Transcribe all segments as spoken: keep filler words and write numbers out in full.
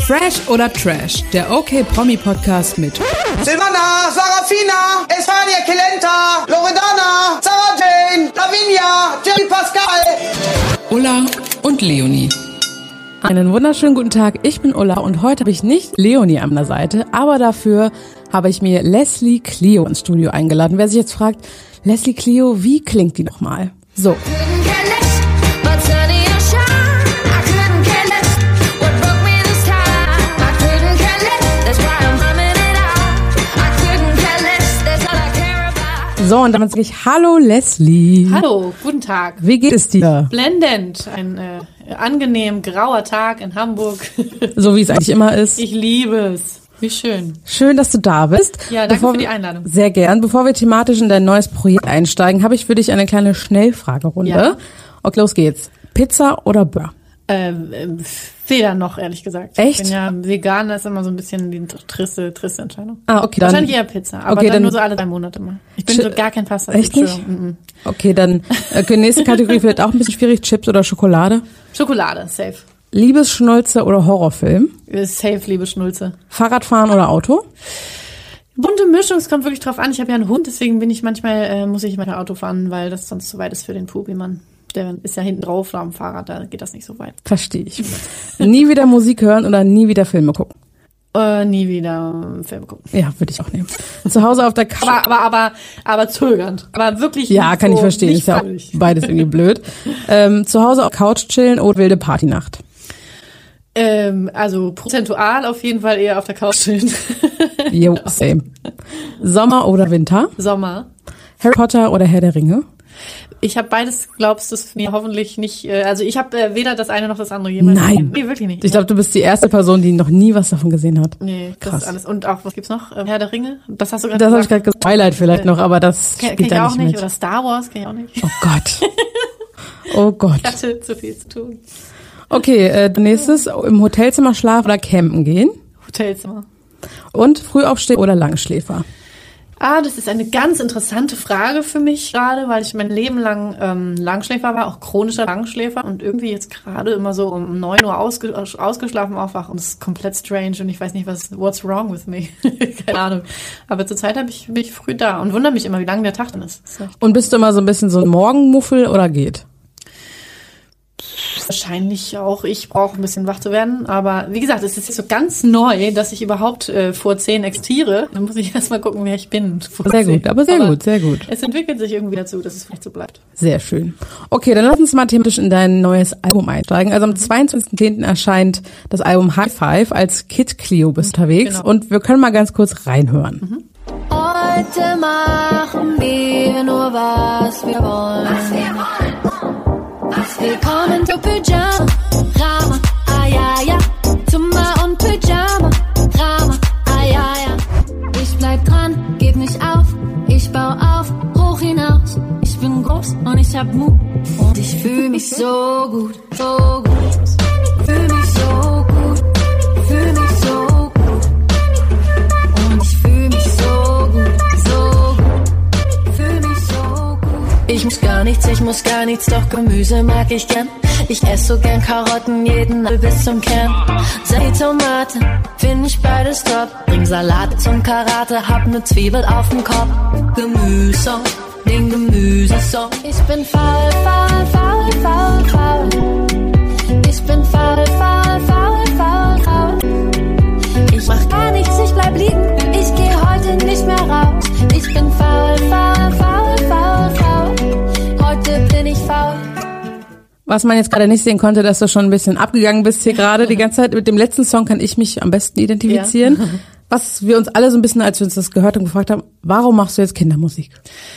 Fresh oder Trash, der OK-Promi-Podcast mit Silvana, Sarafina, Esfania Kelenta, Loredana, Sarah Jane, Lavinia, Jerry Pascal, Ulla und Leonie. Einen wunderschönen guten Tag, ich bin Ulla und heute habe ich nicht Leonie an der Seite, aber dafür habe ich mir Leslie Clio ins Studio eingeladen. Wer sich jetzt fragt, Leslie Clio, wie klingt die nochmal? So. So, und damit sage ich Hallo Leslie. Hallo, guten Tag. Wie geht es dir? Blendend. Ein äh, angenehm grauer Tag in Hamburg. So wie es eigentlich immer ist. Ich liebe es. Wie schön. Schön, dass du da bist. Ja, danke Bevor für die Einladung. Sehr gern. Bevor wir thematisch in dein neues Projekt einsteigen, habe ich für dich eine kleine Schnellfragerunde. Ja. Okay, los geht's. Pizza oder Burger? Ähm, ähm, weder noch, ehrlich gesagt. Echt? Ich bin ja vegan, das ist immer so ein bisschen die triste, triste Entscheidung. Ah, okay, dann. Wahrscheinlich eher Pizza, aber okay, dann, dann nur so alle drei Monate mal. Ich bin Ch- so gar kein Pasta. Echt nicht? Mhm. Okay, dann okay, nächste Kategorie vielleicht auch ein bisschen schwierig. Chips oder Schokolade? Schokolade, safe. Liebesschnulze oder Horrorfilm? Safe, liebe Schnulze. Fahrradfahren oder Auto? Bunte Mischung, es kommt wirklich drauf an. Ich habe ja einen Hund, deswegen bin ich manchmal, äh, muss ich manchmal Auto fahren, weil das sonst zu weit ist für den Pubi-Mann. Der ist ja hinten drauf am Fahrrad, da geht das nicht so weit. Verstehe ich. Nie wieder Musik hören oder nie wieder Filme gucken? Äh, nie wieder Filme gucken. Ja, würde ich auch nehmen. Zu Hause auf der Couch. Aber, aber, aber, aber zögernd. Aber wirklich. Ja, nicht kann so, ich verstehen. nicht Ist ja auch völlig. beides irgendwie blöd. Ähm, zu Hause auf Couch chillen oder wilde Partynacht? Ähm, also prozentual auf jeden Fall eher auf der Couch chillen. Jo, same. Sommer oder Winter? Sommer. Harry Potter oder Herr der Ringe? Ich habe beides, glaubst du, es mir hoffentlich nicht. Äh, also ich habe äh, weder das eine noch das andere jemals Nein. gesehen. Nee, wirklich nicht. Ich glaube, du bist die erste Person, die noch nie was davon gesehen hat. Nee, das Krass. ist alles. Und auch, was gibt's noch? Ähm, Herr der Ringe? Das hast du gerade Das habe ich gesagt. gerade gesagt. Twilight vielleicht noch, aber das Kenn, kenn spielt ich da auch nicht nicht. mit. Oder Star Wars kenn ich auch nicht. Oh Gott. Oh Gott. Ich hatte zu viel zu tun. Okay, äh, nächstes, im Hotelzimmer schlafen oder campen gehen? Hotelzimmer. Und früh aufstehen oder Langschläfer? Ah, das ist eine ganz interessante Frage für mich gerade, weil ich mein Leben lang ähm, Langschläfer war, auch chronischer Langschläfer und irgendwie jetzt gerade immer so um neun Uhr ausge- ausgeschlafen aufwache und es ist komplett strange und ich weiß nicht, was what's wrong with me. Keine Ahnung. Aber zurzeit hab ich, bin ich früh da und wundere mich immer, wie lang der Tag dann ist. ist Und bist du immer so ein bisschen so ein Morgenmuffel oder geht? Wahrscheinlich auch, ich brauche ein bisschen wach zu werden, aber wie gesagt, es ist jetzt so ganz neu, dass ich überhaupt äh, vor zehn existiere. Dann muss ich erstmal gucken, wer ich bin. vor Sehr zehn. gut, aber sehr aber gut, sehr gut. Es entwickelt sich irgendwie dazu, dass es vielleicht so bleibt. Sehr schön. Okay, dann lass uns mal thematisch in dein neues Album einsteigen. Also am zweiundzwanzigsten zehnten erscheint das Album High Five. Als Kid Clio bist du unterwegs. Genau. Und wir können mal ganz kurz reinhören. Mhm. Heute machen wir nur, was wir wollen. Was wir wollen. Willkommen zu Pyjama, Rama, ah ja, ja. Zumba und Pyjama, Rama, ah ja, ja. Ich bleib dran, geb nicht auf, ich bau auf, hoch hinaus. Ich bin groß und ich hab Mut und ich fühl mich so gut, so gut. Fühl mich so gut, fühl mich so gut. Und ich fühl mich so gut, so gut. Fühl mich so gut. Ich muss gar nichts, ich muss gar nichts, doch Gemüse mag ich gern. Ich ess so gern Karotten, jeden Apfel bis zum Kern. Sei Tomate, find ich beides top. Bring Salat zum Karate, hab ne Zwiebel auf dem Kopf. Gemüse, den Gemüsesong. Ich bin faul, faul, faul, faul, faul. Ich bin faul, faul, faul, faul, faul. Ich mach gar nichts, ich bleib liegen. Ich geh heute nicht mehr raus. Ich bin faul, faul, faul, faul, faul. Heute bin ich faul. Was man jetzt gerade nicht sehen konnte, dass du schon ein bisschen abgegangen bist hier gerade die ganze Zeit. Mit dem letzten Song kann ich mich am besten identifizieren. Ja. Was wir uns alle so ein bisschen, als wir uns das gehört haben, gefragt haben, warum machst du jetzt Kindermusik?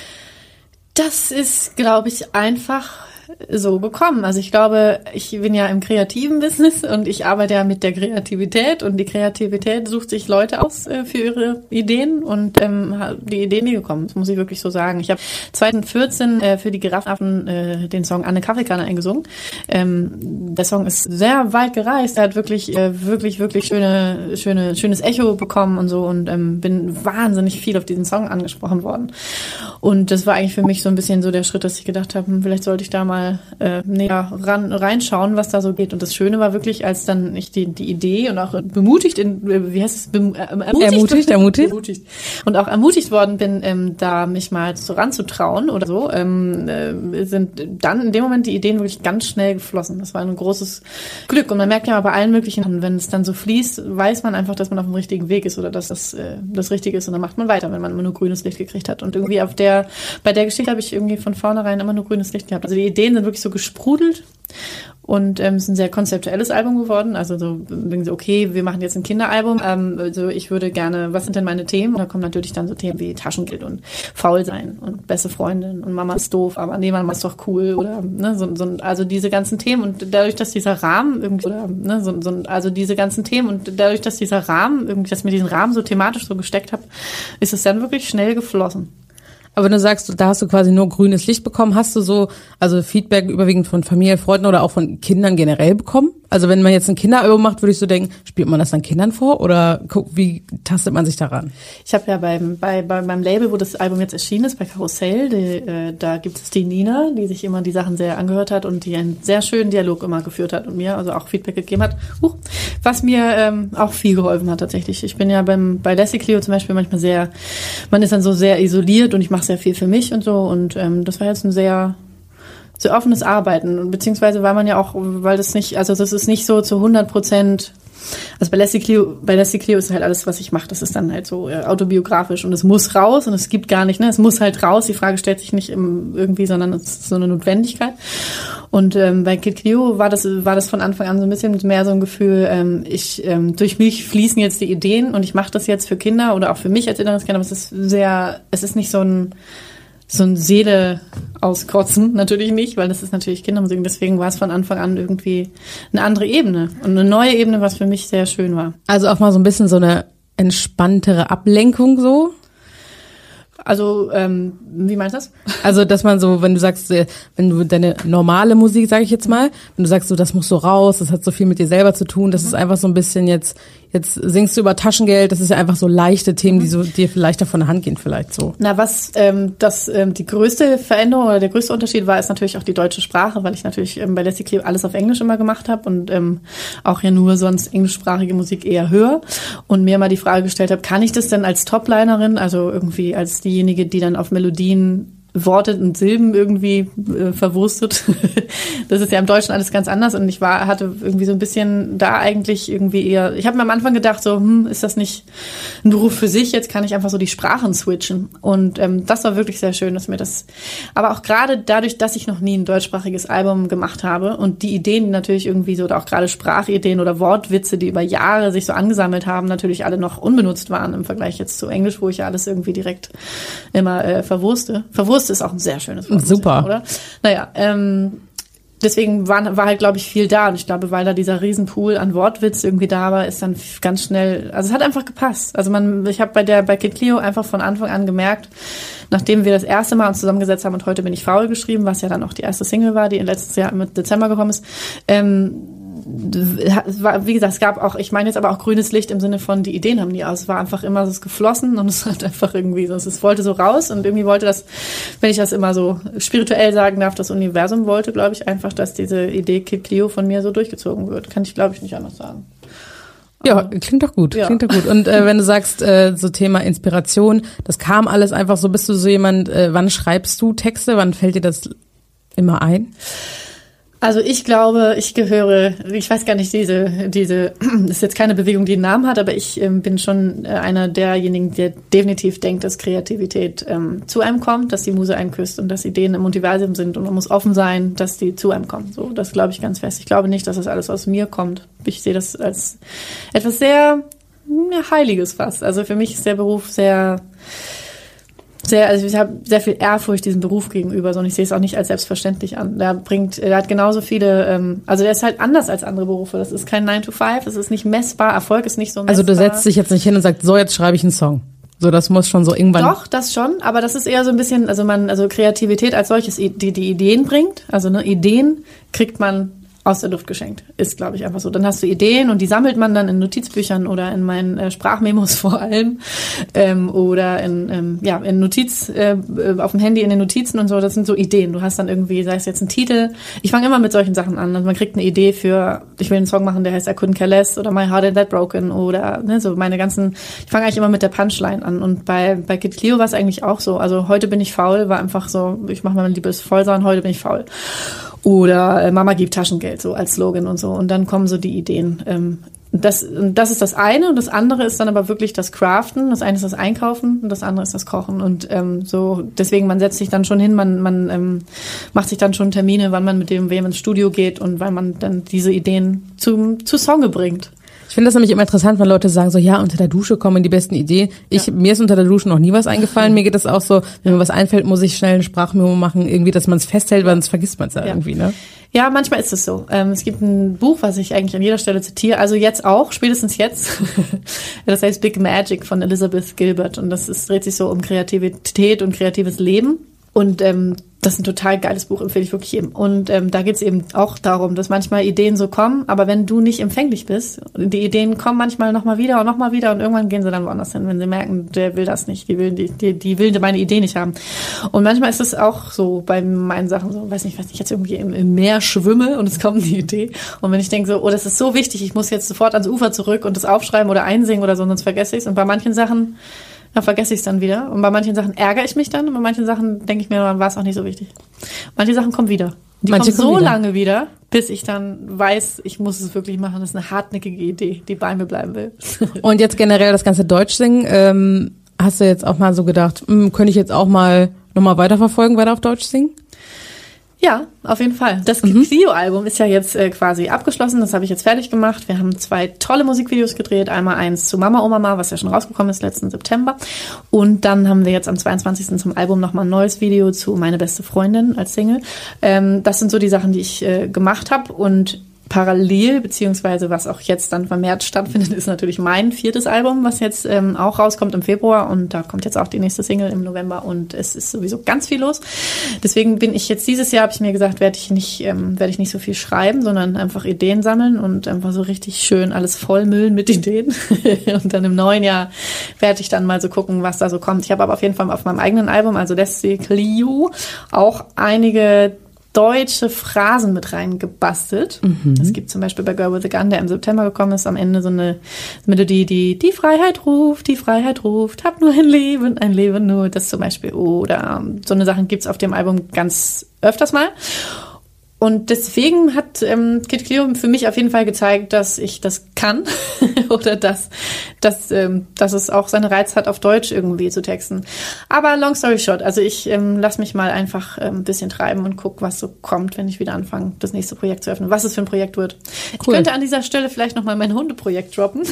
Das ist, glaube ich, einfach so gekommen. Also ich glaube, ich bin ja im kreativen Business und ich arbeite ja mit der Kreativität und die Kreativität sucht sich Leute aus äh, für ihre Ideen und ähm, die Ideen, die gekommen, das muss ich wirklich so sagen. Ich habe zweitausendvierzehn äh, für die Giraffenaffen äh, den Song Anne Kaffeekanne eingesungen. Ähm, der Song ist sehr weit gereist. Er hat wirklich, äh, wirklich, wirklich schöne, schöne, schönes Echo bekommen und so und ähm, bin wahnsinnig viel auf diesen Song angesprochen worden. Und das war eigentlich für mich so ein bisschen so der Schritt, dass ich gedacht habe, vielleicht sollte ich da mal mal äh, näher ran, reinschauen, was da so geht. Und das Schöne war wirklich, als dann ich die, die Idee und auch bemutigt, in, wie heißt es, Bem, äh, ermutigt, ermutigt, ermutigt. ermutigt und auch ermutigt worden bin, ähm, da mich mal so ranzutrauen oder so, ähm, äh, sind dann in dem Moment die Ideen wirklich ganz schnell geflossen. Das war ein großes Glück. Und man merkt ja bei allen möglichen, wenn es dann so fließt, weiß man einfach, dass man auf dem richtigen Weg ist oder dass das äh, das Richtige ist. Und dann macht man weiter, wenn man immer nur grünes Licht gekriegt hat. Und irgendwie auf der, bei der Geschichte habe ich irgendwie von vornherein immer nur grünes Licht gehabt. Also die Ideen sind wirklich so gesprudelt. Und ähm, es ist ein sehr konzeptuelles Album geworden. Also so, okay, wir machen jetzt ein Kinderalbum. Ähm, also ich würde gerne, was sind denn meine Themen? Und da kommen natürlich dann so Themen wie Taschengeld und faul sein und beste Freundin und Mama ist doof, aber nee, Mama ist doch cool oder ne, so, so also diese ganzen Themen und dadurch, dass dieser Rahmen irgendwie oder ne, so, so also diese ganzen Themen und dadurch, dass dieser Rahmen irgendwie, dass ich mir diesen Rahmen so thematisch so gesteckt habe, ist es dann wirklich schnell geflossen. Aber wenn du sagst, da hast du quasi nur grünes Licht bekommen, hast du so, also Feedback überwiegend von Familie, Freunden oder auch von Kindern generell bekommen? Also wenn man jetzt ein Kinderalbum macht, würde ich so denken, spielt man das dann Kindern vor oder guck, wie tastet man sich daran? Ich habe ja beim bei, bei meinem Label, wo das Album jetzt erschienen ist, bei Karussell, die, äh, da gibt es die Nina, die sich immer die Sachen sehr angehört hat und die einen sehr schönen Dialog immer geführt hat und mir also auch Feedback gegeben hat, uh, was mir ähm, auch viel geholfen hat tatsächlich. Ich bin ja beim bei Leslie Clio zum Beispiel manchmal sehr, man ist dann so sehr isoliert und ich mache sehr viel für mich und so und ähm, das war jetzt ein sehr sehr offenes Arbeiten, beziehungsweise weil man ja auch, weil das nicht, also das ist nicht so zu hundert Prozent, also bei Leslie Clio, bei Leslie Clio ist halt alles, was ich mache, das ist dann halt so äh, autobiografisch und es muss raus und es gibt gar nicht, ne, es muss halt raus, die Frage stellt sich nicht im, irgendwie, sondern es ist so eine Notwendigkeit. Und ähm, bei Kid Clio war das war das von Anfang an so ein bisschen mehr so ein Gefühl, ähm, ich ähm, durch mich fließen jetzt die Ideen und ich mache das jetzt für Kinder oder auch für mich als inneres Kind, aber es ist sehr, es ist nicht so ein so ein Seele auskotzen, natürlich nicht, weil das ist natürlich Kindermusik. Deswegen war es von Anfang an irgendwie eine andere Ebene und eine neue Ebene, was für mich sehr schön war. Also auch mal so ein bisschen so eine entspanntere Ablenkung so? Also, ähm, wie meinst du das? Also, dass man so, wenn du sagst, wenn du deine normale Musik, sage ich jetzt mal, wenn du sagst, so, das muss so raus, das hat so viel mit dir selber zu tun, das ist einfach so ein bisschen jetzt, jetzt singst du über Taschengeld, das ist ja einfach so leichte Themen, die so dir leichter von der Hand gehen vielleicht so. Na, was ähm, das ähm, die größte Veränderung oder der größte Unterschied war, ist natürlich auch die deutsche Sprache, weil ich natürlich ähm, bei Leslie Clio alles auf Englisch immer gemacht habe und ähm, auch ja nur sonst englischsprachige Musik eher höre und mir mal die Frage gestellt habe, kann ich das denn als Toplinerin, also irgendwie als diejenige, die dann auf Melodien Worte und Silben irgendwie äh, verwurstet. Das ist ja im Deutschen alles ganz anders und ich war hatte irgendwie so ein bisschen da eigentlich irgendwie eher, ich habe mir am Anfang gedacht so, hm, ist das nicht ein Beruf für sich, jetzt kann ich einfach so die Sprachen switchen und ähm, das war wirklich sehr schön, dass mir das, aber auch gerade dadurch, dass ich noch nie ein deutschsprachiges Album gemacht habe und die Ideen, die natürlich irgendwie so, oder auch gerade Sprachideen oder Wortwitze, die über Jahre sich so angesammelt haben, natürlich alle noch unbenutzt waren im Vergleich jetzt zu Englisch, wo ich ja alles irgendwie direkt immer äh, verwurste. Verwurste ist auch ein sehr schönes Wort. Super. Oder? Naja, ähm, deswegen war, war halt, glaube ich, viel da. Und ich glaube, weil da dieser Riesenpool an Wortwitz irgendwie da war, ist dann ganz schnell, also es hat einfach gepasst. Also man, ich habe bei der, bei Kid Clio einfach von Anfang an gemerkt, nachdem wir das erste Mal uns zusammengesetzt haben und heute bin ich faul geschrieben, was ja dann auch die erste Single war, die letztes Jahr im Dezember gekommen ist, ähm, war, wie gesagt, es gab auch, ich meine jetzt aber auch grünes Licht im Sinne von, die Ideen haben die aus. Es war einfach immer so geflossen und es hat einfach irgendwie so, es wollte so raus und irgendwie wollte das, wenn ich das immer so spirituell sagen darf, das Universum wollte, glaube ich, einfach, dass diese Idee Kid Clio von mir so durchgezogen wird. Kann ich, glaube ich, nicht anders sagen. Ja, klingt doch gut, ja. klingt doch gut. Und äh, wenn du sagst, äh, so Thema Inspiration, das kam alles einfach so, bist du so jemand, äh, wann schreibst du Texte, wann fällt dir das immer ein? Also ich glaube, ich gehöre, ich weiß gar nicht, diese, diese, das ist jetzt keine Bewegung, die einen Namen hat, aber ich ähm, bin schon äh, einer derjenigen, der definitiv denkt, dass Kreativität ähm, zu einem kommt, dass die Muse einen küsst und dass Ideen im Multiversum sind und man muss offen sein, dass die zu einem kommen. So, das glaube ich ganz fest. Ich glaube nicht, dass das alles aus mir kommt. Ich sehe das als etwas sehr ja, Heiliges fast. Also für mich ist der Beruf sehr Sehr, also ich habe sehr viel Ehrfurcht diesem Beruf gegenüber, so, und ich sehe es auch nicht als selbstverständlich an. Der bringt, er hat genauso viele, ähm, also der ist halt anders als andere Berufe. Das ist kein nine to five, das ist nicht messbar, Erfolg ist nicht so messbar. Also du setzt dich jetzt nicht hin und sagst, so, jetzt schreibe ich einen Song. So, das muss schon so irgendwann. Doch, das schon, aber das ist eher so ein bisschen, also man, also Kreativität als solches, die die Ideen bringt, also ne, Ideen kriegt man aus der Luft geschenkt. Ist, glaube ich, einfach so. Dann hast du Ideen und die sammelt man dann in Notizbüchern oder in meinen äh, Sprachmemos vor allem ähm, oder in, ähm, ja, in Notiz, äh, auf dem Handy in den Notizen und so. Das sind so Ideen. Du hast dann irgendwie, sei es jetzt ein Titel. Ich fange immer mit solchen Sachen an. Also man kriegt eine Idee für, ich will einen Song machen, der heißt I Couldn't Care Less oder My Heart Ain't That Broken oder ne, so meine ganzen, ich fange eigentlich immer mit der Punchline an. Und bei, bei Kid Cleo war es eigentlich auch so. Also heute bin ich faul, war einfach so, ich mache mein liebes Vollsauen, heute bin ich faul. Oder äh, Mama gibt Taschengeld, so als Slogan und so. Und dann kommen so die Ideen. Ähm, das, das ist das eine. Und das andere ist dann aber wirklich das Craften. Das eine ist das Einkaufen und das andere ist das Kochen. Und ähm, so deswegen, man setzt sich dann schon hin, man, man ähm, macht sich dann schon Termine, wann man mit dem wem ins Studio geht und weil man dann diese Ideen zum, zu Songe bringt. Ich finde das nämlich immer interessant, wenn Leute sagen so, ja, unter der Dusche kommen die besten Ideen. Ich, ja. Mir ist unter der Dusche noch nie was eingefallen. Mir geht das auch so, wenn mir was einfällt, muss ich schnell ein Sprachmemo machen, irgendwie, dass man es festhält, weil sonst vergisst man es ja, ja irgendwie, ne? Ja, manchmal ist es so. Ähm, es gibt ein Buch, was ich eigentlich an jeder Stelle zitiere, also jetzt auch, spätestens jetzt. Das heißt Big Magic von Elizabeth Gilbert und das ist, dreht sich so um Kreativität und kreatives Leben. Und ähm, das ist ein total geiles Buch, empfehle ich wirklich jedem. Und ähm, da geht es eben auch darum, dass manchmal Ideen so kommen, aber wenn du nicht empfänglich bist, die Ideen kommen manchmal nochmal wieder und nochmal wieder und irgendwann gehen sie dann woanders hin, wenn sie merken, der will das nicht, die will die, die, die will meine Idee nicht haben. Und manchmal ist es auch so bei meinen Sachen so, weiß nicht, weiß nicht, jetzt irgendwie im, im Meer schwimme und es kommt die Idee. Und wenn ich denke so, oh, das ist so wichtig, ich muss jetzt sofort ans Ufer zurück und das aufschreiben oder einsingen oder so, sonst vergesse ich es. Und bei manchen Sachen dann vergesse ich es dann wieder. Und bei manchen Sachen ärgere ich mich dann und bei manchen Sachen denke ich mir, dann war es auch nicht so wichtig. Manche Sachen kommen wieder. Die manche kommen so wieder. lange wieder, bis ich dann weiß, ich muss es wirklich machen. Das ist eine hartnäckige Idee, die bei mir bleiben will. Und jetzt generell das ganze Deutschsingen, ähm, hast du jetzt auch mal so gedacht, mh, könnte ich jetzt auch mal nochmal weiterverfolgen, weiter auf Deutsch singen? Ja, auf jeden Fall. Das mhm. Clio-Album ist ja jetzt äh, quasi abgeschlossen. Das habe ich jetzt fertig gemacht. Wir haben zwei tolle Musikvideos gedreht. Einmal eins zu Mama, oh Mama, was ja schon rausgekommen ist letzten September. Und dann haben wir jetzt am zweiundzwanzigsten zum Album nochmal ein neues Video zu Meine beste Freundin als Single. Ähm, das sind so die Sachen, die ich äh, gemacht habe. Und parallel, beziehungsweise was auch jetzt dann vermehrt stattfindet, ist natürlich mein viertes Album, was jetzt ähm, auch rauskommt im Februar und da kommt jetzt auch die nächste Single im November und es ist sowieso ganz viel los. Deswegen bin ich jetzt dieses Jahr, habe ich mir gesagt, werde ich nicht ähm, werde ich nicht so viel schreiben, sondern einfach Ideen sammeln und einfach so richtig schön alles vollmüllen mit Ideen. Und dann im neuen Jahr werde ich dann mal so gucken, was da so kommt. Ich habe aber auf jeden Fall auf meinem eigenen Album, also Leslie Clio, auch einige deutsche Phrasen mit reingebastelt. Mhm. Es gibt zum Beispiel bei Girl with a Gun, der im September gekommen ist, am Ende so eine Melodie, die die Freiheit ruft, die Freiheit ruft, hab nur ein Leben, ein Leben nur, das zum Beispiel. Oder so eine Sachen gibt's auf dem Album ganz öfters mal. Und deswegen hat ähm, Kid Cleo für mich auf jeden Fall gezeigt, dass ich das kann oder dass, dass, ähm, dass es auch seinen Reiz hat, auf Deutsch irgendwie zu texten. Aber long story short, also ich ähm, lasse mich mal einfach ähm, ein bisschen treiben und guck, was so kommt, wenn ich wieder anfange, das nächste Projekt zu öffnen, was es für ein Projekt wird. Cool. Ich könnte an dieser Stelle vielleicht nochmal mein Hundeprojekt droppen.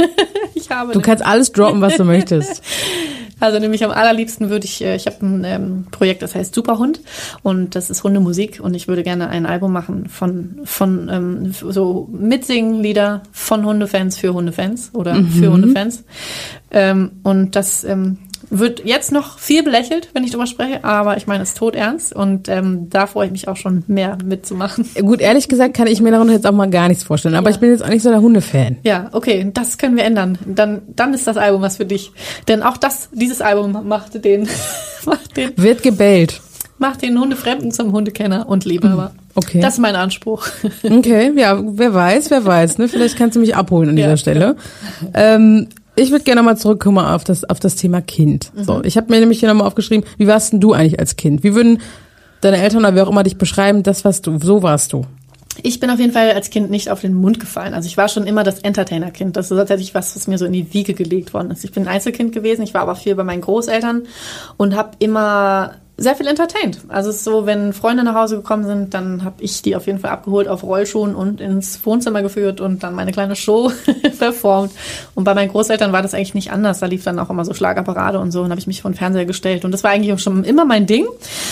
ich habe du kannst alles droppen, was du möchtest. Also nämlich am allerliebsten würde ich, ich habe ein ähm, Projekt, das heißt Superhund und das ist Hundemusik und ich würde gerne ein Album machen von von ähm, so Mitsingen-Lieder von Hundefans für Hundefans oder mhm. für Hundefans ähm, und das ähm, wird jetzt noch viel belächelt, wenn ich drüber spreche, aber ich meine, es ist todernst und ähm, da freue ich mich auch schon mehr mitzumachen. Gut, ehrlich gesagt kann ich mir darunter jetzt auch mal gar nichts vorstellen, aber ja. Ich bin jetzt auch nicht so der Hundefan. Ja, okay, das können wir ändern. Dann dann ist das Album was für dich. Denn auch das, dieses Album macht den, macht den wird gebellt. Macht den Hundefremden zum Hundekenner und Liebhaber. Okay. Das ist mein Anspruch. Okay, ja, wer weiß, wer weiß, ne? Vielleicht kannst du mich abholen an dieser ja, Stelle. Ja. Ähm, Ich würde gerne mal zurückkommen auf das auf das Thema Kind. Mhm. So, ich habe mir nämlich hier nochmal aufgeschrieben, wie warst denn du eigentlich als Kind? Wie würden deine Eltern oder wer auch immer dich beschreiben, das was du, so warst du? Ich bin auf jeden Fall als Kind nicht auf den Mund gefallen. Also ich war schon immer das Entertainer-Kind. Das ist tatsächlich was, was mir so in die Wiege gelegt worden ist. Ich bin ein Einzelkind gewesen, ich war aber viel bei meinen Großeltern und habe immer sehr viel entertained. Also es ist so, wenn Freunde nach Hause gekommen sind, dann habe ich die auf jeden Fall abgeholt auf Rollschuhen und ins Wohnzimmer geführt und dann meine kleine Show performt. Und bei meinen Großeltern war das eigentlich nicht anders. Da lief dann auch immer so Schlagerparade und so und habe ich mich vor den Fernseher gestellt. Und das war eigentlich auch schon immer mein Ding.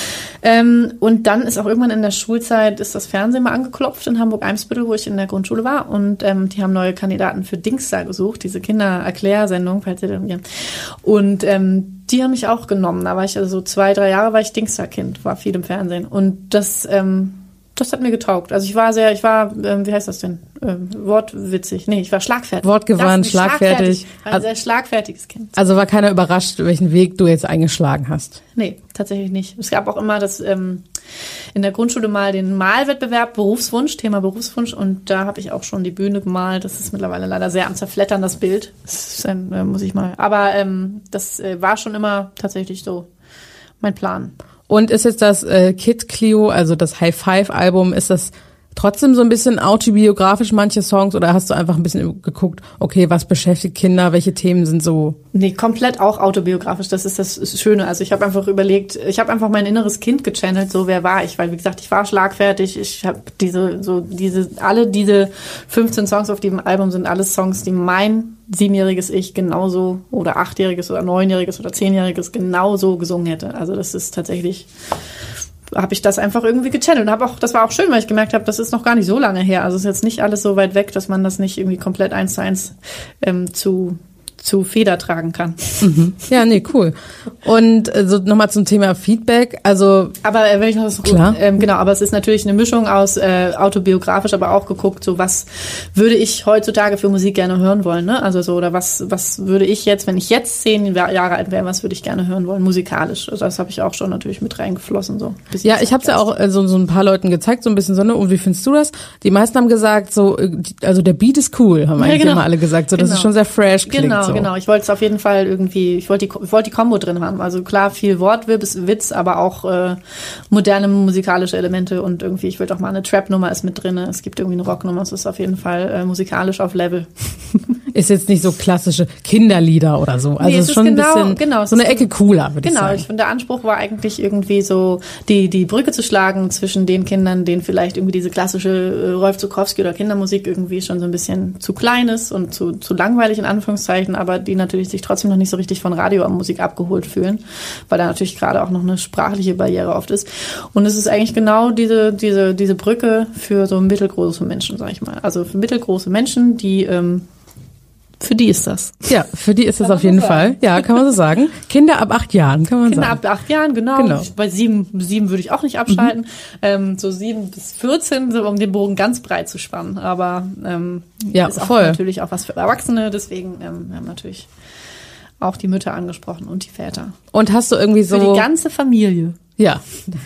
Ähm, und dann ist auch irgendwann in der Schulzeit ist das Fernsehen mal angeklopft in Hamburg-Eimsbüttel, wo ich in der Grundschule war. Und ähm, die haben neue Kandidaten für Dingsda gesucht, diese Kindererklärsendung, falls ihr dann ja. Und ähm, die haben mich auch genommen. Da war ich also so zwei, drei Jahre war ich Dingsda-Kind, war viel im Fernsehen. Und das ähm, Das hat mir getaugt. Also ich war sehr, ich war, ähm, wie heißt das denn? Ähm, wortwitzig. Nee, ich war schlagfertig. Wortgewandt, schlagfertig. Ein also, sehr schlagfertiges Kind. Also war keiner überrascht, welchen Weg du jetzt eingeschlagen hast? Nee, tatsächlich nicht. Es gab auch immer das ähm, in der Grundschule mal den Malwettbewerb Berufswunsch, Thema Berufswunsch. Und da habe ich auch schon die Bühne gemalt. Das ist mittlerweile leider sehr am Zerflettern, das Bild. Das ist ein, äh, muss ich mal. Aber ähm, das äh, war schon immer tatsächlich so mein Plan. Und ist jetzt das äh, Kid Clio, also das High Five Album, ist das trotzdem so ein bisschen autobiografisch, manche Songs, oder hast du einfach ein bisschen geguckt, okay, was beschäftigt Kinder, welche Themen sind so? Nee, komplett auch autobiografisch, das ist das Schöne. Also ich habe einfach überlegt, ich habe einfach mein inneres Kind gechannelt, so wer war ich, weil wie gesagt, ich war schlagfertig, ich habe diese, so diese, alle diese fünfzehn Songs auf diesem Album sind alles Songs, die mein siebenjähriges Ich genauso oder achtjähriges oder neunjähriges oder zehnjähriges genauso gesungen hätte. Also das ist tatsächlich, habe ich das einfach irgendwie gechannelt. Hab auch, das war auch schön, weil ich gemerkt habe, das ist noch gar nicht so lange her. Also es ist jetzt nicht alles so weit weg, dass man das nicht irgendwie komplett eins zu eins ähm, zu zu Feder tragen kann. Mhm. Ja, nee, cool. Und äh, so nochmal zum Thema Feedback, also... Aber äh, wenn ich noch das... Klar. Ähm, genau, aber es ist natürlich eine Mischung aus äh, autobiografisch, aber auch geguckt, so was würde ich heutzutage für Musik gerne hören wollen, ne? Also so, oder was was würde ich jetzt, wenn ich jetzt zehn Jahre alt wäre, was würde ich gerne hören wollen, musikalisch? Also das habe ich auch schon natürlich mit reingeflossen, so. Ja, ich habe es ja auch äh, so, so ein paar Leuten gezeigt, so ein bisschen so, ne? Und wie findest du das? Die meisten haben gesagt, so, also der Beat ist cool, haben ja, eigentlich genau. immer alle gesagt, so, dass genau. es schon sehr fresh klingt. Genau, so. genau. Ich wollte es auf jeden Fall irgendwie, ich wollte die, ich wollte die Kombo drin haben. Also klar, viel Wortwitz, Witz, aber auch äh, moderne musikalische Elemente und irgendwie, ich wollte auch mal eine Trap-Nummer ist mit drin. Es gibt irgendwie eine Rocknummer, es ist auf jeden Fall äh, musikalisch auf Level. Ist jetzt nicht so klassische Kinderlieder oder so. Also nee, es ist schon genau, ein bisschen genau, so eine Ecke cooler, würde genau, ich sagen. ich finde, der Anspruch war eigentlich irgendwie so, die die Brücke zu schlagen zwischen den Kindern, denen vielleicht irgendwie diese klassische äh, Rolf Zuckowski oder Kindermusik irgendwie schon so ein bisschen zu klein ist und zu zu langweilig in Anführungszeichen, aber die natürlich sich trotzdem noch nicht so richtig von Radiomusik abgeholt fühlen, weil da natürlich gerade auch noch eine sprachliche Barriere oft ist. Und es ist eigentlich genau diese diese diese Brücke für so mittelgroße Menschen, sag ich mal. Also für mittelgroße Menschen, die ähm, für die ist das. Ja, für die ist das auf jeden Fall. Ja, kann man so sagen. Kinder ab acht Jahren, kann man Kinder sagen. Kinder ab acht Jahren, genau. genau. Bei sieben, sieben würde ich auch nicht abschalten. Mhm. Ähm, so sieben bis vierzehn, so um den Bogen ganz breit zu spannen. Aber ähm, ja, ist auch voll. natürlich auch was für Erwachsene. Deswegen ähm, wir haben natürlich auch die Mütter angesprochen und die Väter. Und hast du irgendwie so... Für die ganze Familie. Ja,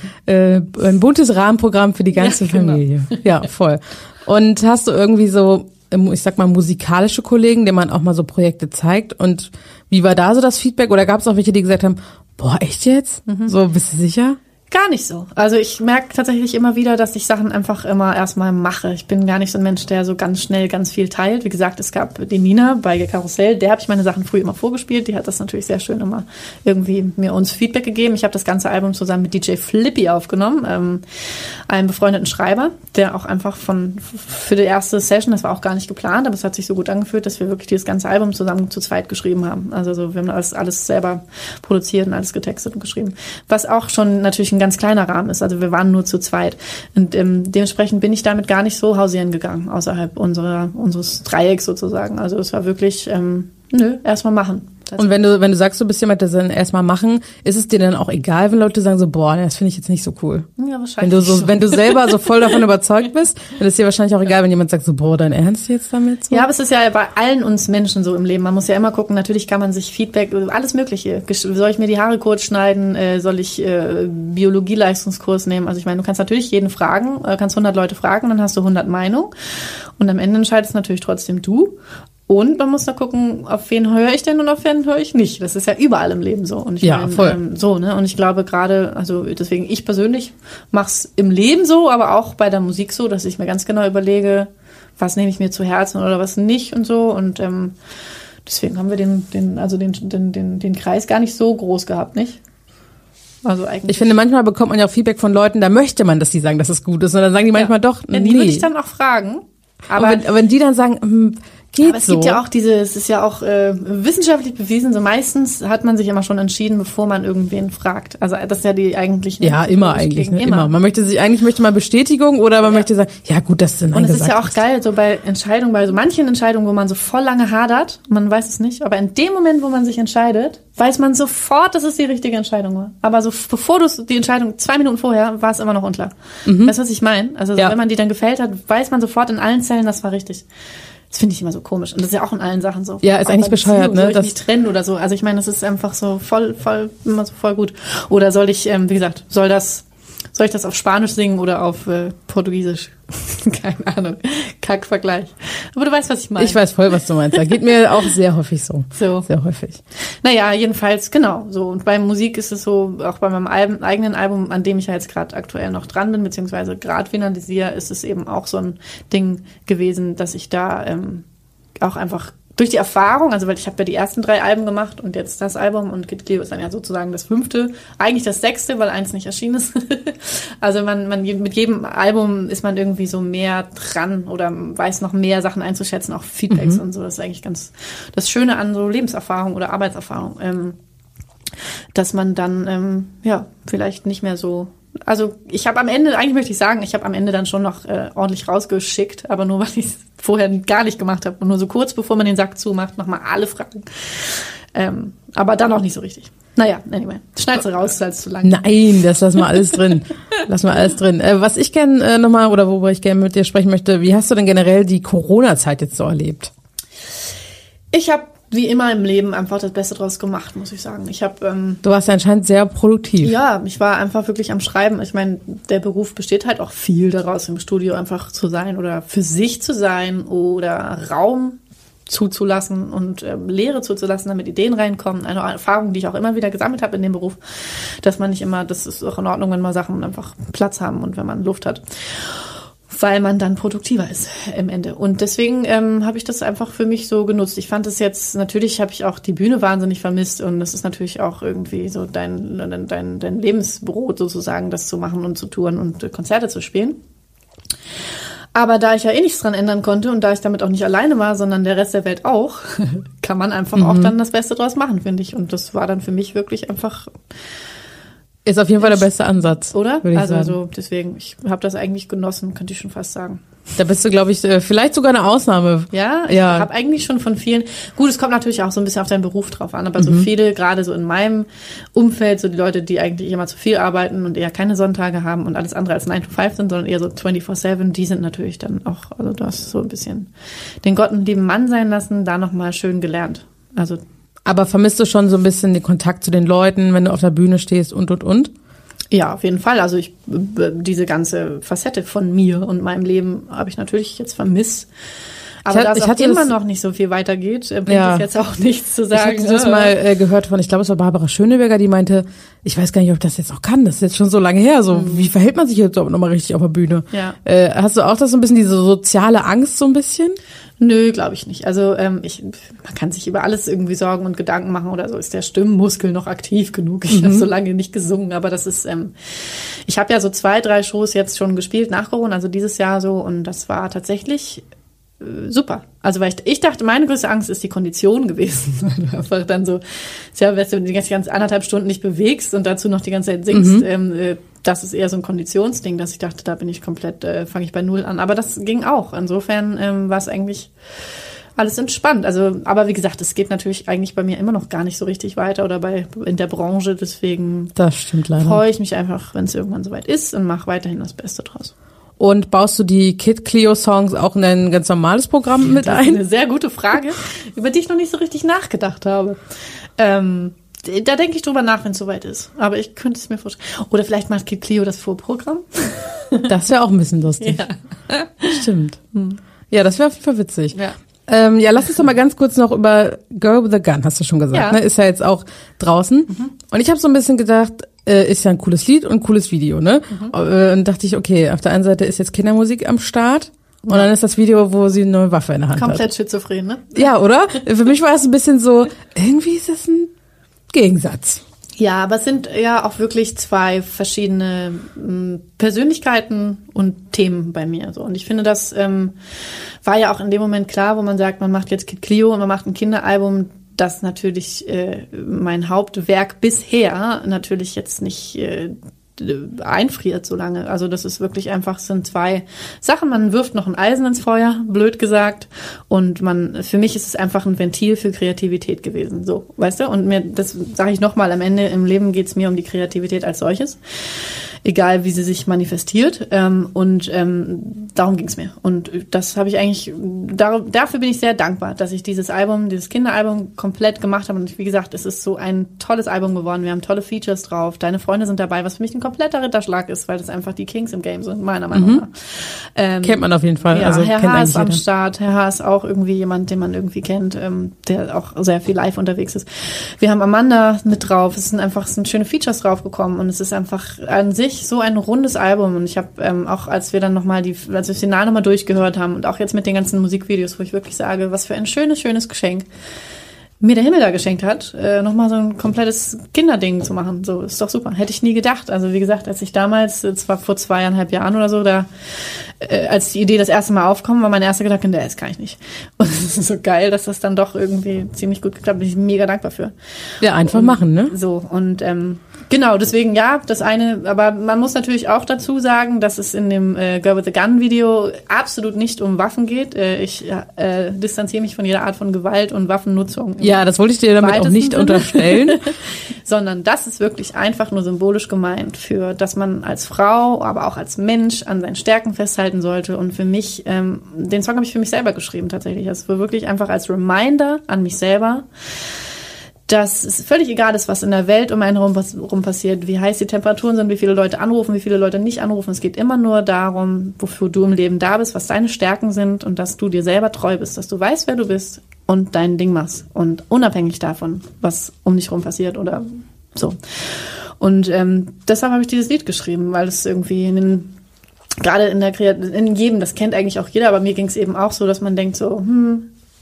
äh, ein buntes Rahmenprogramm für die ganze ja, genau. Familie. Ja, voll. Und hast du irgendwie so... ich sag mal, musikalische Kollegen, denen man auch mal so Projekte zeigt. Und wie war da so das Feedback? Oder gab es auch welche, die gesagt haben, boah, echt jetzt? Mhm. So, bist du sicher? Gar nicht so. Also ich merke tatsächlich immer wieder, dass ich Sachen einfach immer erstmal mache. Ich bin gar nicht so ein Mensch, der so ganz schnell ganz viel teilt. Wie gesagt, es gab den Nina bei Karussell, der habe ich meine Sachen früh immer vorgespielt. Die hat das natürlich sehr schön immer irgendwie mir uns Feedback gegeben. Ich habe das ganze Album zusammen mit D J Flippy aufgenommen, ähm, einem befreundeten Schreiber, der auch einfach von für die erste Session, das war auch gar nicht geplant, aber es hat sich so gut angefühlt, dass wir wirklich dieses ganze Album zusammen zu zweit geschrieben haben. Also so, wir haben alles, alles selber produziert und alles getextet und geschrieben. Was auch schon natürlich ein ganz kleiner Rahmen ist. Also wir waren nur zu zweit. Und ähm, dementsprechend bin ich damit gar nicht so hausieren gegangen, außerhalb unserer unseres Dreiecks sozusagen. Also es war wirklich, ähm, nö, erstmal machen. Und wenn du wenn du sagst, du bist jemand, der dann erstmal machen, ist es dir dann auch egal, wenn Leute sagen so, boah, das finde ich jetzt nicht so cool? Ja, wahrscheinlich. Wenn du so, schon. wenn du selber so voll davon überzeugt bist, dann ist dir wahrscheinlich auch egal, wenn jemand sagt so, boah, dein Ernst jetzt damit? So? Ja, aber es ist ja bei allen uns Menschen so im Leben. Man muss ja immer gucken, natürlich kann man sich Feedback, alles Mögliche. Soll ich mir die Haare kurz schneiden? Äh, soll ich äh, Biologie-Leistungskurs nehmen? Also ich meine, du kannst natürlich jeden fragen, äh, kannst hundert Leute fragen, dann hast du hundert Meinungen. Und am Ende entscheidest natürlich trotzdem du. Und man muss da gucken, auf wen höre ich denn und auf wen höre ich nicht. Das ist ja überall im Leben so. Und ich ja, meine, voll. Ähm, so, ne? Und ich glaube gerade, also deswegen ich persönlich mach's im Leben so, aber auch bei der Musik so, dass ich mir ganz genau überlege, was nehme ich mir zu Herzen oder was nicht und so. Und ähm, deswegen haben wir den, den, also den, den, den, den Kreis gar nicht so groß gehabt, nicht? Also eigentlich. Ich finde, manchmal bekommt man ja auch Feedback von Leuten, da möchte man, dass die sagen, dass es gut ist. Und dann sagen die manchmal ja. doch, ja, nee. Die würde ich dann auch fragen. Aber wenn, wenn die dann sagen, hm, geht Aber es so. gibt ja auch diese, es ist ja auch äh, wissenschaftlich bewiesen, so meistens hat man sich immer schon entschieden, bevor man irgendwen fragt. Also das ist ja die eigentlichen... Ja, immer eigentlich, ne? Immer. immer. Man möchte sich, eigentlich möchte man Bestätigung oder man ja. möchte sagen, ja gut, dass du Nein Und es gesagt ist ja auch hast. geil, so bei Entscheidungen, bei so manchen Entscheidungen, wo man so voll lange hadert, man weiß es nicht, aber in dem Moment, wo man sich entscheidet, weiß man sofort, dass es die richtige Entscheidung war. Aber so bevor du die Entscheidung, zwei Minuten vorher, war es immer noch unklar. Mhm. Weißt du, was ich meine? Also so, ja. wenn man die dann gefällt hat, weiß man sofort in allen Zellen, das war richtig. Das finde ich immer so komisch. Und das ist ja auch in allen Sachen so. Ja, ist auch eigentlich bescheuert, ne? Soll ich Das mich trennen oder so? Also ich meine, das ist einfach so voll, voll, immer so voll gut. Oder soll ich, ähm, wie gesagt, soll das, soll ich das auf Spanisch singen oder auf äh, Portugiesisch? Keine Ahnung. Kackvergleich. Aber du weißt, was ich meine. Ich weiß voll, was du meinst. Da geht mir auch sehr häufig so. So. Sehr häufig. Naja, jedenfalls, genau, so. Und bei Musik ist es so, auch bei meinem Alben, eigenen Album, an dem ich ja jetzt gerade aktuell noch dran bin, beziehungsweise gerade finalisiere, ist es eben auch so ein Ding gewesen, dass ich da ähm, auch einfach durch die Erfahrung, also weil ich habe ja die ersten drei Alben gemacht und jetzt das Album und Kid Cleo ist dann ja sozusagen das fünfte, eigentlich das sechste, weil eins nicht erschienen ist. Also man, man mit jedem Album ist man irgendwie so mehr dran oder weiß noch mehr Sachen einzuschätzen, auch Feedbacks mhm. und so. Das ist eigentlich ganz das Schöne an so Lebenserfahrung oder Arbeitserfahrung, ähm, dass man dann ähm, ja vielleicht nicht mehr so. Also ich habe am Ende, eigentlich möchte ich sagen, ich habe am Ende dann schon noch äh, ordentlich rausgeschickt, aber nur, weil ich es vorher gar nicht gemacht habe. Und nur so kurz, bevor man den Sack zumacht, nochmal alle Fragen. Ähm, aber dann auch nicht so richtig. Naja, anyway, schneid's raus, weil es zu lang. Nein, das lassen wir alles drin. Lassen wir alles drin. Äh, was ich gerne äh, nochmal, oder worüber ich gerne mit dir sprechen möchte, wie hast du denn generell die Corona-Zeit jetzt so erlebt? Ich habe wie immer im Leben einfach das Beste draus gemacht, muss ich sagen. Ich habe ähm, Du warst ja anscheinend sehr produktiv. Ja, ich war einfach wirklich am Schreiben. Ich meine, der Beruf besteht halt auch viel daraus, im Studio einfach zu sein oder für sich zu sein oder Raum zuzulassen und äh, Lehre zuzulassen, damit Ideen reinkommen. Eine Erfahrung, die ich auch immer wieder gesammelt habe in dem Beruf, dass man nicht immer, das ist auch in Ordnung, wenn mal Sachen einfach Platz haben und wenn man Luft hat, weil man dann produktiver ist im Ende. Und deswegen ähm, habe ich das einfach für mich so genutzt. Ich fand es jetzt, natürlich habe ich auch die Bühne wahnsinnig vermisst und das ist natürlich auch irgendwie so dein, dein, dein, dein Lebensbrot sozusagen, das zu machen und zu touren und äh, Konzerte zu spielen. Aber da ich ja eh nichts dran ändern konnte und da ich damit auch nicht alleine war, sondern der Rest der Welt auch, kann man einfach mhm. auch dann das Beste draus machen, finde ich. Und das war dann für mich wirklich einfach... Ist auf jeden Fall der beste Ansatz, oder? Würde ich also sagen. so deswegen, ich habe das eigentlich genossen, könnte ich schon fast sagen. Da bist du, glaube ich, vielleicht sogar eine Ausnahme. Ja, ich ja. habe eigentlich schon von vielen, gut, es kommt natürlich auch so ein bisschen auf deinen Beruf drauf an, aber mhm. so viele, gerade so in meinem Umfeld, so die Leute, die eigentlich immer zu viel arbeiten und eher keine Sonntage haben und alles andere als nine to five sind, sondern eher so twenty-four seven, die sind natürlich dann auch, also du hast so ein bisschen den Gott und lieben Mann sein lassen, da nochmal schön gelernt. Also. Aber vermisst du schon so ein bisschen den Kontakt zu den Leuten, wenn du auf der Bühne stehst und, und, und? Ja, auf jeden Fall. Also ich diese ganze Facette von mir und meinem Leben habe ich natürlich jetzt vermisst. Aber ich da es immer noch nicht so viel weitergeht, bringt ja. es jetzt auch nichts zu sagen. Ich hatte das mal äh, gehört von, ich glaube, es war Barbara Schöneberger, die meinte, ich weiß gar nicht, ob ich das jetzt noch kann. Das ist jetzt schon so lange her. So, mhm. wie verhält man sich jetzt nochmal richtig auf der Bühne? Ja. Äh, hast du auch das so ein bisschen, diese soziale Angst so ein bisschen? Nö, glaube ich nicht. Also ähm, ich, man kann sich über alles irgendwie Sorgen und Gedanken machen oder so. Ist der Stimmmuskel noch aktiv genug? Ich mhm. habe so lange nicht gesungen, aber das ist, ähm, ich habe ja so zwei, drei Shows jetzt schon gespielt nach Corona, also dieses Jahr so, und das war tatsächlich äh, super. Also weil ich, ich dachte, meine größte Angst ist die Kondition gewesen. Einfach dann so, ja, wenn du die ganze, ganze anderthalb Stunden nicht bewegst und dazu noch die ganze Zeit singst, mhm. ähm, äh, das ist eher so ein Konditionsding, dass ich dachte, da bin ich komplett, äh, fange ich bei Null an. Aber das ging auch. Insofern ähm, war es eigentlich alles entspannt. Also, aber wie gesagt, es geht natürlich eigentlich bei mir immer noch gar nicht so richtig weiter oder bei in der Branche. Deswegen das stimmt leider. Freue ich mich einfach, wenn es irgendwann soweit ist und mache weiterhin das Beste draus. Und baust du die Kid Cleo Songs auch in dein ganz normales Programm mit das ein? Das ist eine sehr gute Frage, über die ich noch nicht so richtig nachgedacht habe. Ähm, Da denke ich drüber nach, wenn es soweit ist. Aber ich könnte es mir vorstellen. Oder vielleicht macht Kid Cleo das Vorprogramm. Das wäre auch ein bisschen lustig. Ja. Stimmt. Hm. Ja, das wäre auf jeden Fall witzig. Ja. Ähm, ja, lass uns doch mal ganz kurz noch über Girl with a Gun, hast du schon gesagt, ja. ne? Ist ja jetzt auch draußen. Mhm. Und ich habe so ein bisschen gedacht, äh, ist ja ein cooles Lied und ein cooles Video, ne? Mhm. Äh, und dachte ich, okay, auf der einen Seite ist jetzt Kindermusik am Start. Und ja. dann ist das Video, wo sie eine neue Waffe in der Hand Komplett hat. Komplett schizophren, ne? Ja, oder? Für mich war es ein bisschen so, irgendwie ist das ein Gegensatz. Ja, aber es sind ja auch wirklich zwei verschiedene m, Persönlichkeiten und Themen bei mir. So. Und ich finde, das ähm, war ja auch in dem Moment klar, wo man sagt, man macht jetzt Kid Cleo und man macht ein Kinderalbum, das natürlich äh, mein Hauptwerk bisher natürlich jetzt nicht äh, einfriert so lange. Also das ist wirklich einfach, sind zwei Sachen. Man wirft noch ein Eisen ins Feuer, blöd gesagt. Und man, für mich ist es einfach ein Ventil für Kreativität gewesen. So, weißt du? Und mir, das sage ich nochmal, am Ende im Leben geht es mir um die Kreativität als solches. Egal, wie sie sich manifestiert. Ähm, und ähm, darum ging es mir. Und das habe ich eigentlich, dar, dafür bin ich sehr dankbar, dass ich dieses Album, dieses Kinderalbum komplett gemacht habe. Und wie gesagt, es ist so ein tolles Album geworden. Wir haben tolle Features drauf. Deine Freunde sind dabei, was für mich ein kompletter Ritterschlag ist, weil das einfach die Kings im Game sind, meiner Meinung nach. Mhm. Ähm, kennt man auf jeden Fall. Ja, also, Herr kennt H. ist am jeder. Start. Herr H. ist auch irgendwie jemand, den man irgendwie kennt, ähm, der auch sehr viel live unterwegs ist. Wir haben Amanda mit drauf. Es sind einfach es sind schöne Features draufgekommen und es ist einfach an sich so ein rundes Album. Und ich habe ähm, auch, als wir dann nochmal die, als wir das Finale nochmal durchgehört haben und auch jetzt mit den ganzen Musikvideos, wo ich wirklich sage, was für ein schönes, schönes Geschenk mir der Himmel da geschenkt hat, äh, nochmal so ein komplettes Kinderding zu machen. So, ist doch super. Hätte ich nie gedacht. Also wie gesagt, als ich damals, zwar vor zweieinhalb Jahren oder so, da, äh, als die Idee das erste Mal aufkam, war mein erster Gedanke, der ist kann ich nicht. Und es ist so geil, dass das dann doch irgendwie ziemlich gut geklappt hat. Bin ich mega dankbar für. Ja, einfach und, machen, ne? So, und ähm, genau, deswegen ja, das eine, aber man muss natürlich auch dazu sagen, dass es in dem äh, Girl with the Gun Video absolut nicht um Waffen geht. Äh, ich äh, distanziere mich von jeder Art von Gewalt und Waffennutzung. Ja, das wollte ich dir damit auch nicht Sinne. unterstellen. Sondern das ist wirklich einfach nur symbolisch gemeint für, dass man als Frau, aber auch als Mensch an seinen Stärken festhalten sollte. Und für mich, ähm, den Song habe ich für mich selber geschrieben tatsächlich. Das war wirklich einfach als Reminder an mich selber, dass es völlig egal ist, was in der Welt um einen herum rum passiert, wie heiß die Temperaturen sind, wie viele Leute anrufen, wie viele Leute nicht anrufen. Es geht immer nur darum, wofür du im Leben da bist, was deine Stärken sind und dass du dir selber treu bist, dass du weißt, wer du bist und dein Ding machst und unabhängig davon, was um dich rum passiert oder so. Und ähm, deshalb habe ich dieses Lied geschrieben, weil es irgendwie in den, gerade in der Kreativität, in jedem, das kennt eigentlich auch jeder, aber mir ging es eben auch so, dass man denkt so, hm,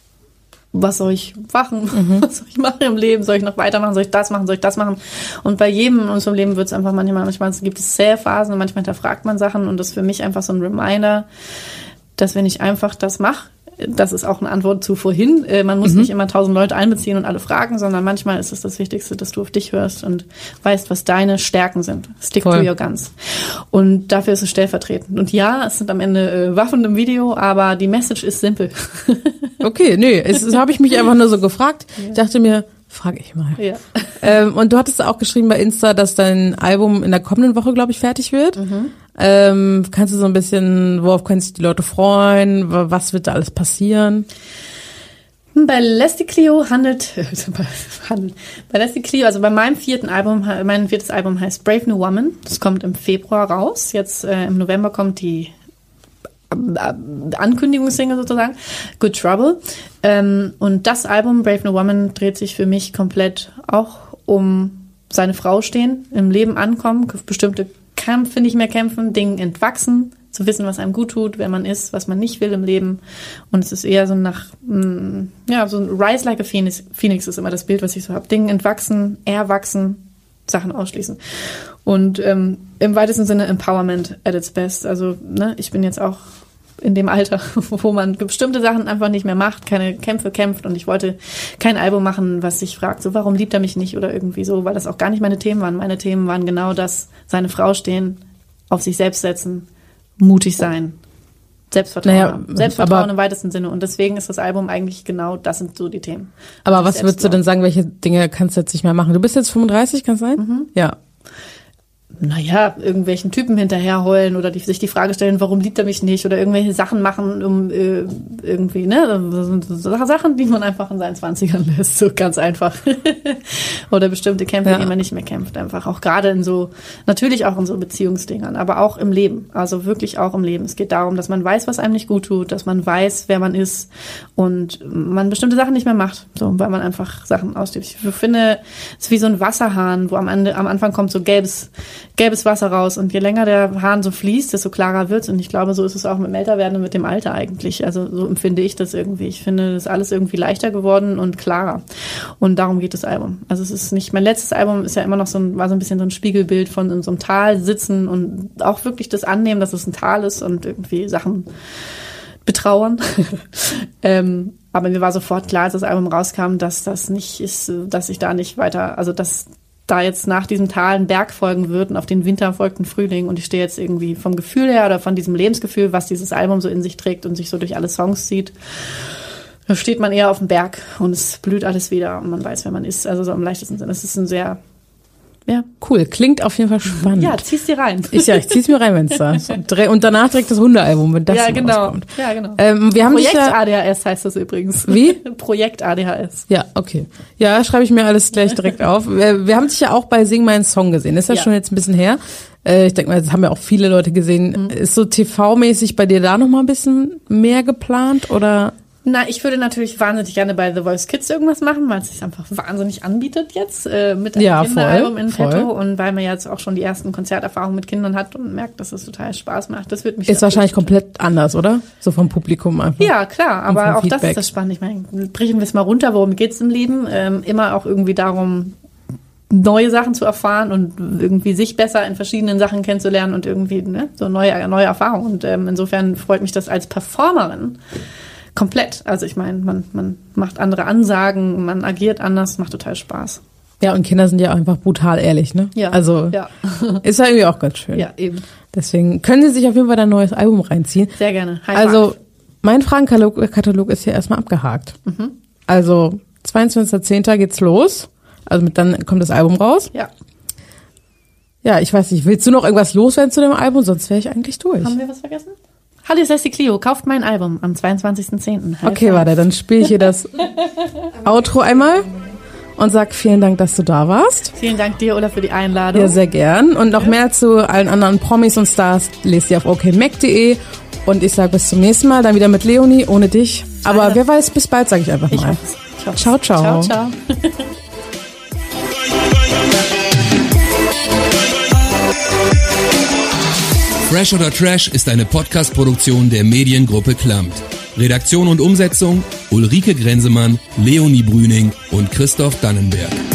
was soll ich machen? Mhm. Was soll ich machen im Leben? Soll ich noch weitermachen? Soll ich das machen? Soll ich das machen? Und bei jedem in unserem Leben wird es einfach manchmal, manchmal gibt es zähe Phasen und manchmal hinterfragt man Sachen und das ist für mich einfach so ein Reminder, dass wenn ich einfach das mache, das ist auch eine Antwort zu vorhin, äh, man muss mhm. nicht immer tausend Leute einbeziehen und alle fragen, sondern manchmal ist es das Wichtigste, dass du auf dich hörst und weißt, was deine Stärken sind. Stick Voll. to your guns. Und dafür ist es stellvertretend. Und ja, es sind am Ende äh, Waffen im Video, aber die Message ist simpel. Okay, nee, es, es habe ich mich einfach nur so gefragt. Ja. Ich dachte mir, frage ich mal. Ja. Ähm, und du hattest auch geschrieben bei Insta, dass dein Album in der kommenden Woche, glaube ich, fertig wird. Mhm. Ähm, kannst du so ein bisschen, worauf können sich die Leute freuen? Was wird da alles passieren? Bei Leslie Clio handelt, handelt, bei Leslie Clio, also bei meinem vierten Album, mein viertes Album heißt Brave New Woman. Das kommt im Februar raus. Jetzt äh, im November kommt die Ankündigungssingle sozusagen, Good Trouble. Ähm, und das Album, Brave New Woman, dreht sich für mich komplett auch um seine Frau stehen, im Leben ankommen, bestimmte Kämpfe nicht mehr kämpfen, Dingen entwachsen, zu wissen, was einem gut tut, wer man ist, was man nicht will im Leben. Und es ist eher so nach, mh, ja, so ein Rise like a Phoenix, Phoenix ist immer das Bild, was ich so habe. Dingen entwachsen, erwachsen, Sachen ausschließen. Und ähm, im weitesten Sinne Empowerment at its best. Also ne, ich bin jetzt auch in dem Alter, wo man bestimmte Sachen einfach nicht mehr macht, keine Kämpfe kämpft und ich wollte kein Album machen, was sich fragt, so warum liebt er mich nicht oder irgendwie so, weil das auch gar nicht meine Themen waren. Meine Themen waren genau das, seine Frau stehen, auf sich selbst setzen, mutig sein, Selbstvertrauen naja, haben. Selbstvertrauen aber, im weitesten Sinne und deswegen ist das Album eigentlich genau, das sind so die Themen. Aber was würdest du denn sagen, welche Dinge kannst du jetzt nicht mehr machen? Du bist jetzt fünfunddreißig, kann es sein? Mhm. Ja. Naja, irgendwelchen Typen hinterherheulen oder die, sich die Frage stellen, warum liebt er mich nicht oder irgendwelche Sachen machen, um äh, irgendwie, ne, so, so Sachen, die man einfach in seinen Zwanzigern lässt, so ganz einfach. Oder bestimmte Kämpfe, ja. die man nicht mehr kämpft, einfach auch gerade in so, natürlich auch in so Beziehungsdingern, aber auch im Leben, also wirklich auch im Leben. Es geht darum, dass man weiß, was einem nicht gut tut, dass man weiß, wer man ist und man bestimmte Sachen nicht mehr macht, so, weil man einfach Sachen auslebt. Ich finde, es ist wie so ein Wasserhahn, wo am Ende, am Anfang kommt so gelbes gelbes Wasser raus. Und je länger der Hahn so fließt, desto klarer wird's. Und ich glaube, so ist es auch mit dem Älterwerden und mit dem Alter eigentlich. Also so empfinde ich das irgendwie. Ich finde, das ist alles irgendwie leichter geworden und klarer. Und darum geht das Album. Also es ist nicht, mein letztes Album ist ja immer noch so ein, war so ein bisschen so ein Spiegelbild von in so einem Tal sitzen und auch wirklich das annehmen, dass es ein Tal ist und irgendwie Sachen betrauern. ähm, aber mir war sofort klar, als das Album rauskam, dass das nicht ist, dass ich da nicht weiter, also dass da jetzt nach diesem Tal ein Berg folgen wird und auf den Winter folgt ein Frühling und ich stehe jetzt irgendwie vom Gefühl her oder von diesem Lebensgefühl, was dieses Album so in sich trägt und sich so durch alle Songs zieht, da steht man eher auf dem Berg und es blüht alles wieder und man weiß, wer man ist. Also so im leichtesten Sinne. Es ist ein sehr, ja. Cool, klingt auf jeden Fall spannend. Ja, zieh's dir rein. Ich, ja, ich zieh's mir rein, wenn's da ist. Und, und danach direkt das Hundealbum, wenn das ja, dann genau. rauskommt. Ja, genau. Ähm, wir haben Projekt dich ja, A D H S heißt das übrigens. Wie? Projekt A D H S. Ja, okay. Ja, schreibe ich mir alles gleich direkt auf. Wir, wir haben dich ja auch bei Sing meinen Song gesehen. Das ist ja, Ja. schon jetzt ein bisschen her. Äh, ich denke mal, das haben ja auch viele Leute gesehen. Mhm. Ist so T V-mäßig bei dir da noch mal ein bisschen mehr geplant oder? Na, ich würde natürlich wahnsinnig gerne bei The Voice Kids irgendwas machen, weil es sich einfach wahnsinnig anbietet jetzt äh, mit einem Ja, Kinderalbum voll, in voll. petto und weil man jetzt auch schon die ersten Konzerterfahrungen mit Kindern hat und merkt, dass es total Spaß macht. Das wird mich Ist wahrscheinlich komplett anders, oder? So vom Publikum einfach. Ja, klar, Und aber vom auch das Feedback. ist das Spannende. Ich meine, brechen wir es mal runter, worum geht's im Leben? Ähm, immer auch irgendwie darum, neue Sachen zu erfahren und irgendwie sich besser in verschiedenen Sachen kennenzulernen und irgendwie ne, so neue, neue Erfahrungen. Und ähm, insofern freut mich das als Performerin komplett. Also ich meine, man, man macht andere Ansagen, man agiert anders, macht total Spaß. Ja, und Kinder sind ja auch einfach brutal ehrlich, ne? Ja. Also ja, ist ja irgendwie auch ganz schön. ja eben. Deswegen können Sie sich auf jeden Fall ein neues Album reinziehen. Sehr gerne. High Also five. mein Fragenkatalog ist hier erstmal abgehakt. Mhm. Also zweiundzwanzigster zehnter geht's los. Also mit, dann kommt das Album raus. Ja. Ja, ich weiß nicht, willst du noch irgendwas loswerden zu dem Album? Sonst wäre ich eigentlich durch. Haben wir was vergessen? Hallo, ist Leslie Clio. Kauft mein Album am zweiundzwanzigsten zehnten Okay, warte, dann spiele ich hier das Outro einmal und sag vielen Dank, dass du da warst. Vielen Dank dir, Ulla, für die Einladung. Ja, sehr gern. Und noch mehr zu allen anderen Promis und Stars lest ihr auf okmac punkt de. Und ich sage bis zum nächsten Mal, dann wieder mit Leonie, ohne dich. Aber Schade. wer weiß, bis bald, sage ich einfach Ich mal. hoffe es. Ich hoffe es. Ciao, ciao. Ciao, ciao. Fresh oder Trash ist eine Podcast-Produktion der Mediengruppe Klammt. Redaktion und Umsetzung Ulrike Grenzemann, Leonie Brüning und Christoph Dannenberg.